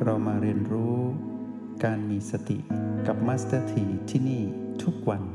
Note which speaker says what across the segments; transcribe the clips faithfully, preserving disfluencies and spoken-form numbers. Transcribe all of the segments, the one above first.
Speaker 1: เรามาเรียนรู้การมีสติกับมาสเตอร์ทีที่นี่ทุกวัน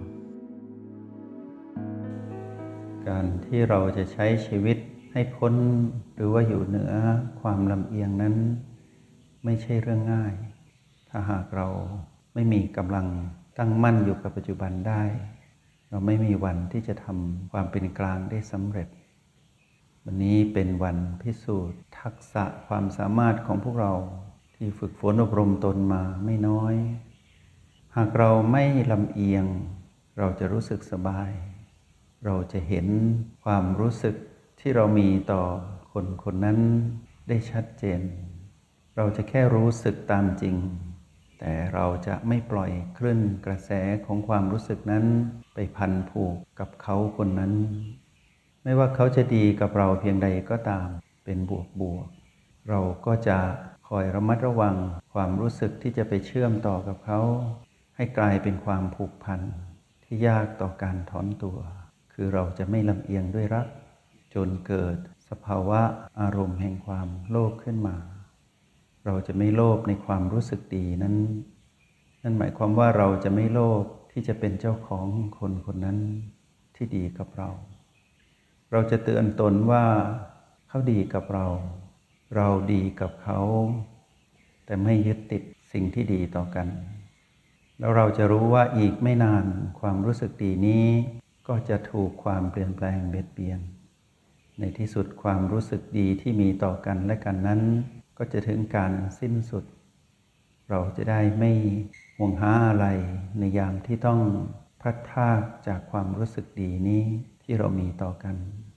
Speaker 2: การที่เราจะใช้ชีวิตให้พ้นหรือว่าอยู่เหนือความลำเอียงนั้นไม่ใช่เรื่องง่ายถ้าหากเราไม่มีกำลังตั้งมั่นอยู่กับปัจจุบันได้เราไม่มีวันที่จะทำความเป็นกลางได้สำเร็จวันนี้เป็นวันพิสูจน์ทักษะความสามารถของพวกเราที่ฝึกฝนอบรมตนมาไม่น้อยหากเราไม่ลำเอียงเราจะรู้สึกสบายเราจะเห็นความรู้สึกที่เรามีต่อคนคนนั้นได้ชัดเจนเราจะแค่รู้สึกตามจริงแต่เราจะไม่ปล่อยคลื่นกระแสของความรู้สึกนั้นไปพันผูกกับเขาคนนั้นไม่ว่าเขาจะดีกับเราเพียงใดก็ตามเป็นบวกบวกเราก็จะคอยระมัดระวังความรู้สึกที่จะไปเชื่อมต่อกับเขาให้กลายเป็นความผูกพันที่ยากต่อการถอนตัวคือเราจะไม่ลำเอียงด้วยรักจนเกิดสภาวะอารมณ์แห่งความโลภขึ้นมาเราจะไม่โลภในความรู้สึกดีนั้นนั่นหมายความว่าเราจะไม่โลภที่จะเป็นเจ้าของคนคนนั้นที่ดีกับเราเราจะเตือนตนว่าเขาดีกับเราเราดีกับเขาแต่ไม่ยึดติดสิ่งที่ดีต่อกันแล้วเราจะรู้ว่าอีกไม่นานความรู้สึกดีนี้ก็จะถูกความเปลี่ยนแปลงเบียดเบียนในที่สุดความรู้สึกดีที่มีต่อกันและกันนั้นก็จะถึงการสิ้นสุดเราจะได้ไม่ห่วงหาอะไรในยามที่ต้องพลัดพรากจากความรู้สึกดีนี้ที่เรามีต่อกัน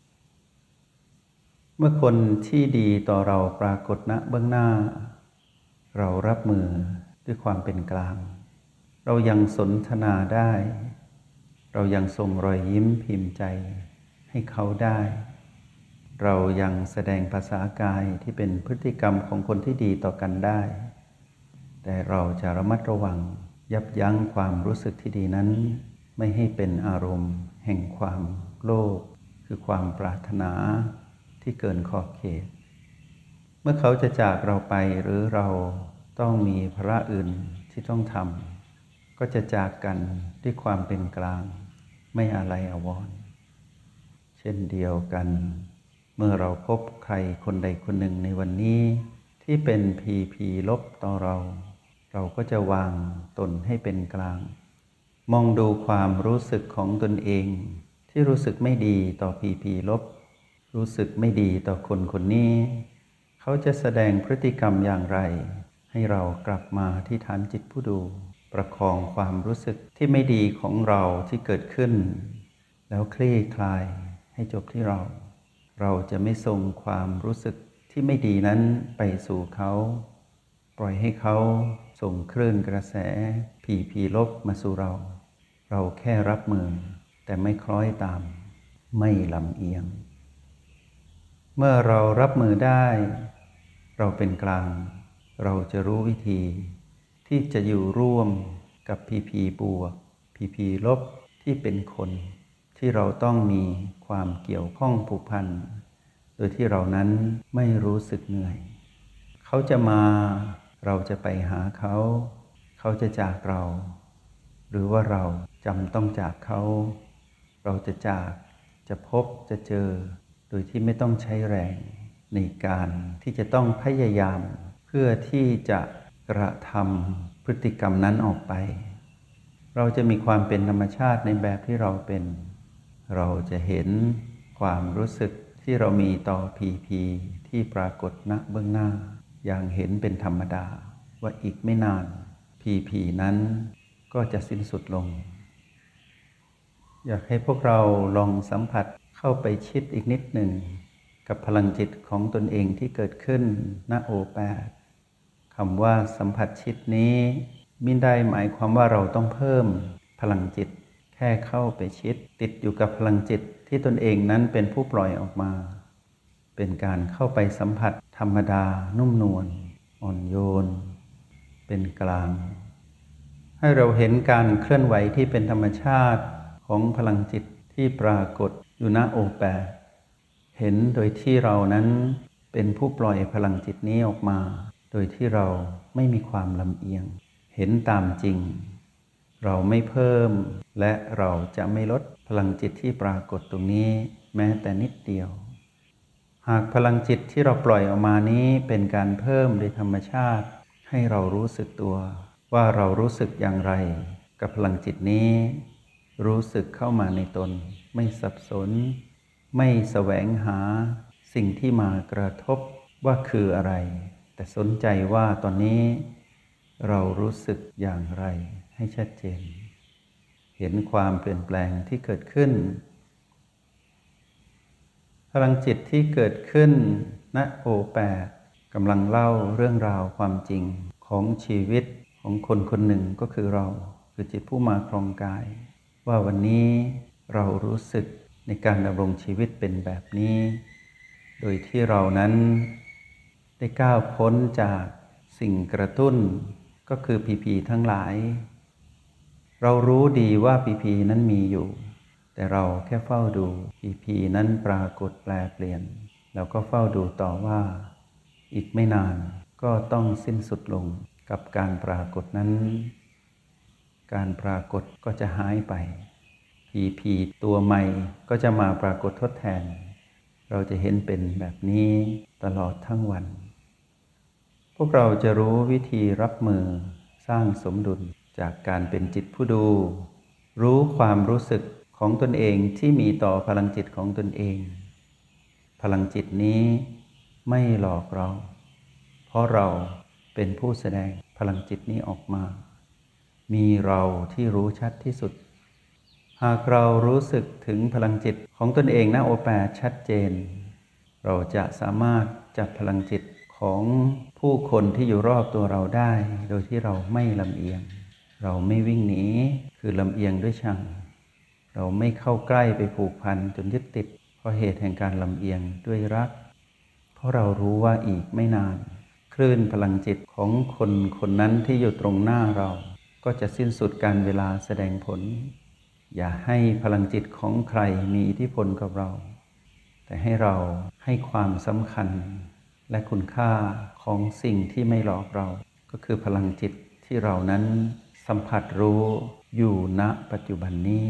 Speaker 2: เมื่อคนที่ดีต่อเราปรากฏณเบื้องหน้าเรารับมือด้วยความเป็นกลางเรายังสนทนาได้เรายังส่งรอยยิ้มพิมพ์ใจให้เขาได้เรายังแสดงภาษากายที่เป็นพฤติกรรมของคนที่ดีต่อกันได้แต่เราจะระมัดระวังยับยั้งความรู้สึกที่ดีนั้นไม่ให้เป็นอารมณ์แห่งความโลภคือความปรารถนาที่เกินขอบเขตเมื่อเขาจะจากเราไปหรือเราต้องมีภาระอื่นที่ต้องทำก็จะจากกันด้วยความเป็นกลางไม่อาลัยอาวรณ์เช่นเดียวกันเมื่อเราพบใครคนใดคนหนึ่งในวันนี้ที่เป็นพีพีลบต่อเราเราก็จะวางตนให้เป็นกลางมองดูความรู้สึกของตนเองที่รู้สึกไม่ดีต่อพีพีลบรู้สึกไม่ดีต่อคนคนนี้เขาจะแสดงพฤติกรรมอย่างไรให้เรากลับมาที่ฐานจิตผู้ดูประคองความรู้สึกที่ไม่ดีของเราที่เกิดขึ้นแล้วคลี่คลายให้จบที่เราเราจะไม่ส่งความรู้สึกที่ไม่ดีนั้นไปสู่เขาปล่อยให้เขาส่งคลื่นกระแสผีผีลบมาสู่เราเราแค่รับมือแต่ไม่คล้อยตามไม่ลำเอียงเมื่อเรารับมือได้เราเป็นกลางเราจะรู้วิธีที่จะอยู่ร่วมกับพีพีบวกพีพีลบที่เป็นคนที่เราต้องมีความเกี่ยวข้องผูกพันโดยที่เรานั้นไม่รู้สึกเหนื่อยเขาจะมาเราจะไปหาเขาเขาจะจากเราหรือว่าเราจำต้องจากเขาเราจะจากจะพบจะเจอโดยที่ไม่ต้องใช้แรงในการที่จะต้องพยายามเพื่อที่จะกระทำพฤติกรรมนั้นออกไปเราจะมีความเป็นธรรมชาติในแบบที่เราเป็นเราจะเห็นความรู้สึกที่เรามีต่อพีพีที่ปรากฏณเบื้องหน้าอย่างเห็นเป็นธรรมดาว่าอีกไม่นานพีพีนั้นก็จะสิ้นสุดลงอยากให้พวกเราลองสัมผัสเข้าไปชิดอีกนิดหนึ่งกับพลังจิตของตนเองที่เกิดขึ้นณโอแปดคำว่าสัมผัสชิดนี้มิได้หมายความว่าเราต้องเพิ่มพลังจิตแค่เข้าไปชิดติดอยู่กับพลังจิตที่ตนเองนั้นเป็นผู้ปล่อยออกมาเป็นการเข้าไปสัมผัสธรรมดานุ่มนวลอ่อนโยนเป็นกลางให้เราเห็นการเคลื่อนไหวที่เป็นธรรมชาติของพลังจิตที่ปรากฏอยู่ณโอแปดเห็นโดยที่เรานั้นเป็นผู้ปล่อยพลังจิตนี้ออกมาโดยที่เราไม่มีความลำเอียงเห็นตามจริงเราไม่เพิ่มและเราจะไม่ลดพลังจิตที่ปรากฏตรงนี้แม้แต่นิดเดียวหากพลังจิตที่เราปล่อยออกมานี้เป็นการเพิ่มโดยธรรมชาติให้เรารู้สึกตัวว่าเรารู้สึกอย่างไรกับพลังจิตนี้รู้สึกเข้ามาในตนไม่สับสนไม่แสวงหาสิ่งที่มากระทบว่าคืออะไรแต่สนใจว่าตอนนี้เรารู้สึกอย่างไรให้ชัดเจนเห็นความเปลี่ยนแปลงที่เกิดขึ้นพลังจิตที่เกิดขึ้นณโอแปดกำลังเล่าเรื่องราวความจริงของชีวิตของคนคนหนึ่งก็คือเราคือจิตผู้มาครองกายว่าวันนี้เรารู้สึกในการดำรงชีวิตเป็นแบบนี้โดยที่เรานั้นได้ก้าวพ้นจากสิ่งกระตุ้นก็คือผีผีทั้งหลายเรารู้ดีว่าผีผีนั้นมีอยู่แต่เราแค่เฝ้าดูผีผีนั้นปรากฏแปลเปลี่ยนแล้วก็เฝ้าดูต่อว่าอีกไม่นานก็ต้องสิ้นสุดลงกับการปรากฏนั้นการปรากฏก็จะหายไปผีผีตัวใหม่ก็จะมาปรากฏทดแทนเราจะเห็นเป็นแบบนี้ตลอดทั้งวันพวกเราจะรู้วิธีรับมือสร้างสมดุลจากการเป็นจิตผู้ดูรู้ความรู้สึกของตนเองที่มีต่อพลังจิตของตนเองพลังจิตนี้ไม่หลอกเราเพราะเราเป็นผู้แสดงพลังจิตนี้ออกมามีเราที่รู้ชัดที่สุดหากเรารู้สึกถึงพลังจิตของตนเองณโอแปดชัดเจนเราจะสามารถจับพลังจิตของผู้คนที่อยู่รอบตัวเราได้โดยที่เราไม่ลำเอียงเราไม่วิ่งหนีคือลำเอียงด้วยชังเราไม่เข้าใกล้ไปผูกพันจนยึดติดเพราะเหตุแห่งการลำเอียงด้วยรักเพราะเรารู้ว่าอีกไม่นานคลื่นพลังจิตของคนคนนั้นที่อยู่ตรงหน้าเราก็จะสิ้นสุดการเวลาแสดงผลอย่าให้พลังจิตของใครมีอิทธิพลกับเราแต่ให้เราให้ความสำคัญและคุณค่าของสิ่งที่ไม่หลอกเราก็คือพลังจิตที่เรานั้นสัมผัสรู้อยู่ณปัจจุบันนี้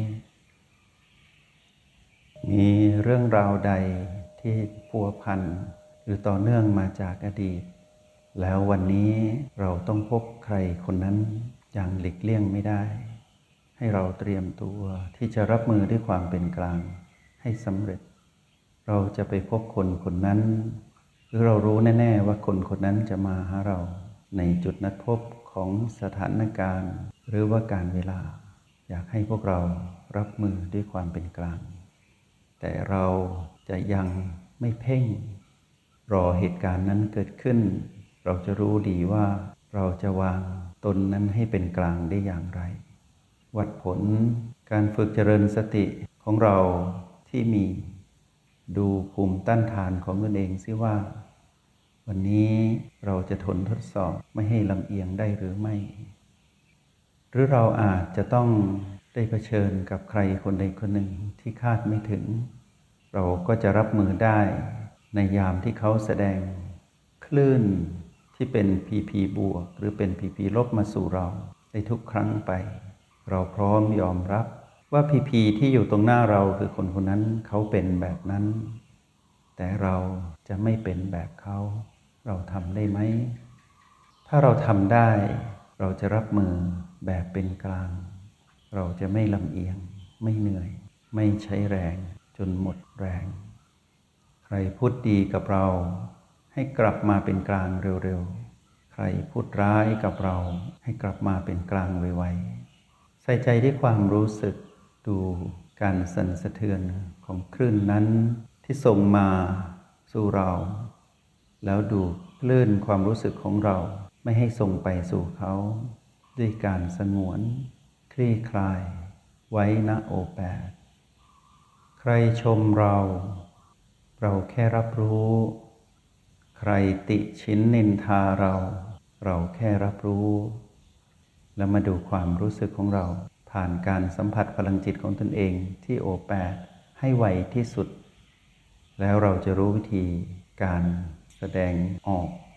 Speaker 2: มีเรื่องราวใดที่พัวพันหรือต่อเนื่องมาจากอดีตแล้ววันนี้เราต้องพบใครคนนั้นอย่างหลีกเลี่ยงไม่ได้ให้เราเตรียมตัวที่จะรับมือด้วยความเป็นกลางให้สำเร็จเราจะไปพบคนคนนั้นหรือเรารู้แน่ๆว่าคนคนนั้นจะมาหาเราในจุดนัดพบของสถานการณ์หรือว่าการเวลาอยากให้พวกเรารับมือด้วยความเป็นกลางแต่เราจะยังไม่เพ่งรอเหตุการณ์นั้นเกิดขึ้นเราจะรู้ดีว่าเราจะวางตนนั้นให้เป็นกลางได้อย่างไรวัดผลการฝึกเจริญสติของเราที่มีดูภูมิต้านทานของตนเองซิว่าวันนี้เราจะทนทดสอบไม่ให้ลำเอียงได้หรือไม่หรือเราอาจจะต้องได้เผชิญกับใครคนใดคนหนึ่งที่คาดไม่ถึงเราก็จะรับมือได้ในยามที่เขาแสดงคลื่นที่เป็นพีพีบวกหรือเป็นพีพีลบมาสู่เราในทุกครั้งไปเราพร้อมยอมรับว่าพีพีที่อยู่ตรงหน้าเราคือคนคนนั้นเขาเป็นแบบนั้นแต่เราจะไม่เป็นแบบเขาเราทำได้ไหมถ้าเราทำได้เราจะรับมือแบบเป็นกลางเราจะไม่ลำเอียงไม่เหนื่อยไม่ใช้แรงจนหมดแรงใครพูดดีกับเราให้กลับมาเป็นกลางเร็วๆใครพูดร้ายกับเราให้กลับมาเป็นกลางไวๆใส่ใจที่ความรู้สึกดูการสั่นสะเทือนของคลื่นนั้นที่ส่งมาสู่เราแล้วดูคลื่นความรู้สึกของเราไม่ให้ส่งไปสู่เขาด้วยการสงวนคลี่คลายไว้ณโอแปดใครชมเราเราแค่รับรู้ใครติฉินนินทาเราเราแค่รับรู้แล้วมาดูความรู้สึกของเราผ่านการสัมผัสพลังจิตของตนเองที่โอแปดให้ไวที่สุดแล้วเราจะรู้วิธีการแสดงออก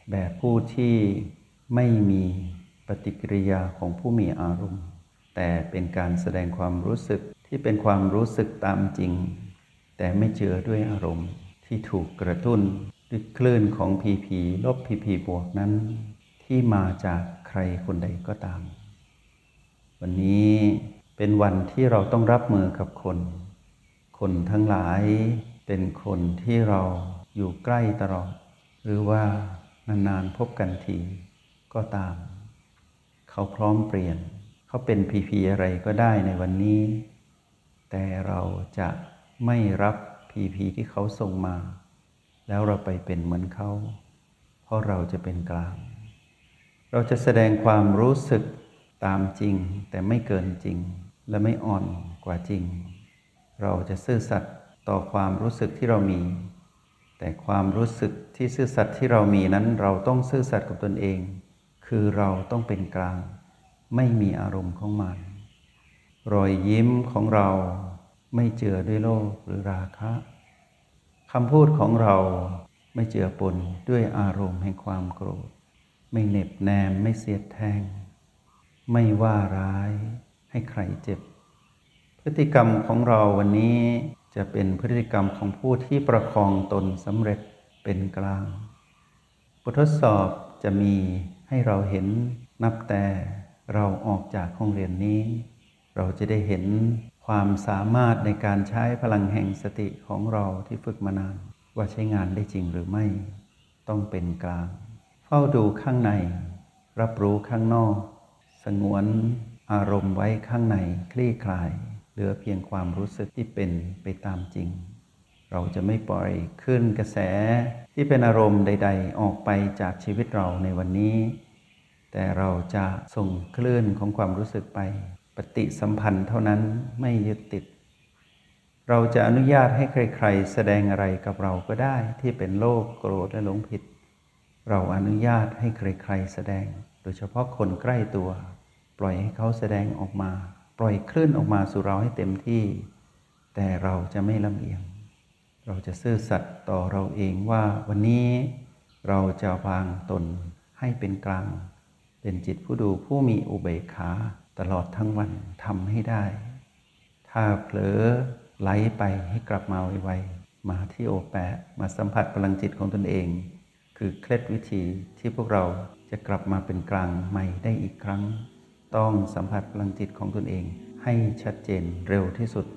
Speaker 2: แบบผู้ที่ไม่มีปฏิกิริยาของผู้มีอารมณ์แต่เป็นการแสดงความรู้สึกที่เป็นความรู้สึกตามจริงแต่ไม่เจือด้วยอารมณ์ที่ถูกกระตุ้นด้วยคลื่นของพีพีลบพีพีบวกนั้นที่มาจากใครคนใดก็ตามวันนี้เป็นวันที่เราต้องรับมือกับคนคนทั้งหลายเป็นคนที่เราอยู่ใกล้ตลอดหรือว่านานๆพบกันทีก็ตามเขาพร้อมเปลี่ยนเขาเป็นพีพีอะไรก็ได้ในวันนี้แต่เราจะไม่รับพีพีที่เขาส่งมาแล้วเราไปเป็นเหมือนเขาเพราะเราจะเป็นกลางเราจะแสดงความรู้สึกตามจริงแต่ไม่เกินจริงและไม่อ่อนกว่าจริงเราจะซื่อสัตย์ต่อความรู้สึกที่เรามีแต่ความรู้สึกที่ซื่อสัตย์ที่เรามีนั้นเราต้องซื่อสัตย์กับตนเองคือเราต้องเป็นกลางไม่มีอารมณ์ของมันรอยยิ้มของเราไม่เจือด้วยโลภหรือราคะคำพูดของเราไม่เจือปนด้วยอารมณ์แห่งความโกรธไม่เหน็บแนมไม่เสียดแทงไม่ว่าร้ายให้ใครเจ็บพฤติกรรมของเราวันนี้จะเป็นพฤติกรรมของผู้ที่ประคองตนสำเร็จเป็นกลางบททดสอบจะมีให้เราเห็นนับแต่เราออกจากห้องเรียนนี้เราจะได้เห็นความสามารถในการใช้พลังแห่งสติของเราที่ฝึกมานานว่าใช้งานได้จริงหรือไม่ต้องเป็นกลางเฝ้าดูข้างในรับรู้ข้างนอกสงวนอารมณ์ไว้ข้างในคลี่คลายเหลือเพียงความรู้สึกที่เป็นไปตามจริงเราจะไม่ปล่อยขึ้นกระแสที่เป็นอารมณ์ใดๆออกไปจากชีวิตเราในวันนี้แต่เราจะส่งคลื่นของความรู้สึกไปปฏิสัมพันธ์เท่านั้นไม่ยึดติดเราจะอนุญาตให้ใครๆแสดงอะไรกับเราก็ได้ที่เป็นโลภโกรธและหลงผิดเราอนุญาตให้ใครๆแสดงโดยเฉพาะคนใกล้ตัวปล่อยให้เขาแสดงออกมาปล่อยคลื่นออกมาสู่เราให้เต็มที่แต่เราจะไม่ลำเอียงเราจะซื่อสัตย์ต่อเราเองว่าวันนี้เราจะวางตนให้เป็นกลางเป็นจิตผู้ดูผู้มีอุเบกขาตลอดทั้งวันทำให้ได้ถ้าเผลอไหลไปให้กลับมาไวๆมาที่โอแปดมาสัมผัสพลังจิตของตนเองคือเคล็ดวิธีที่พวกเราจะกลับมาเป็นกลางใหม่ได้อีกครั้งต้องสัมผัสพลังจิตของตนเองให้ชัดเจนเร็วที่สุด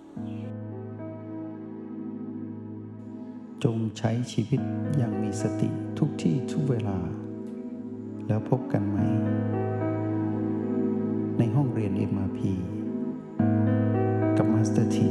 Speaker 1: จงใช้ชีวิตอย่างมีสติทุกที่ทุกเวลาแล้วพบกันไหมในห้องเรียน เอ็ม อาร์ พี กับมาสเตอร์ที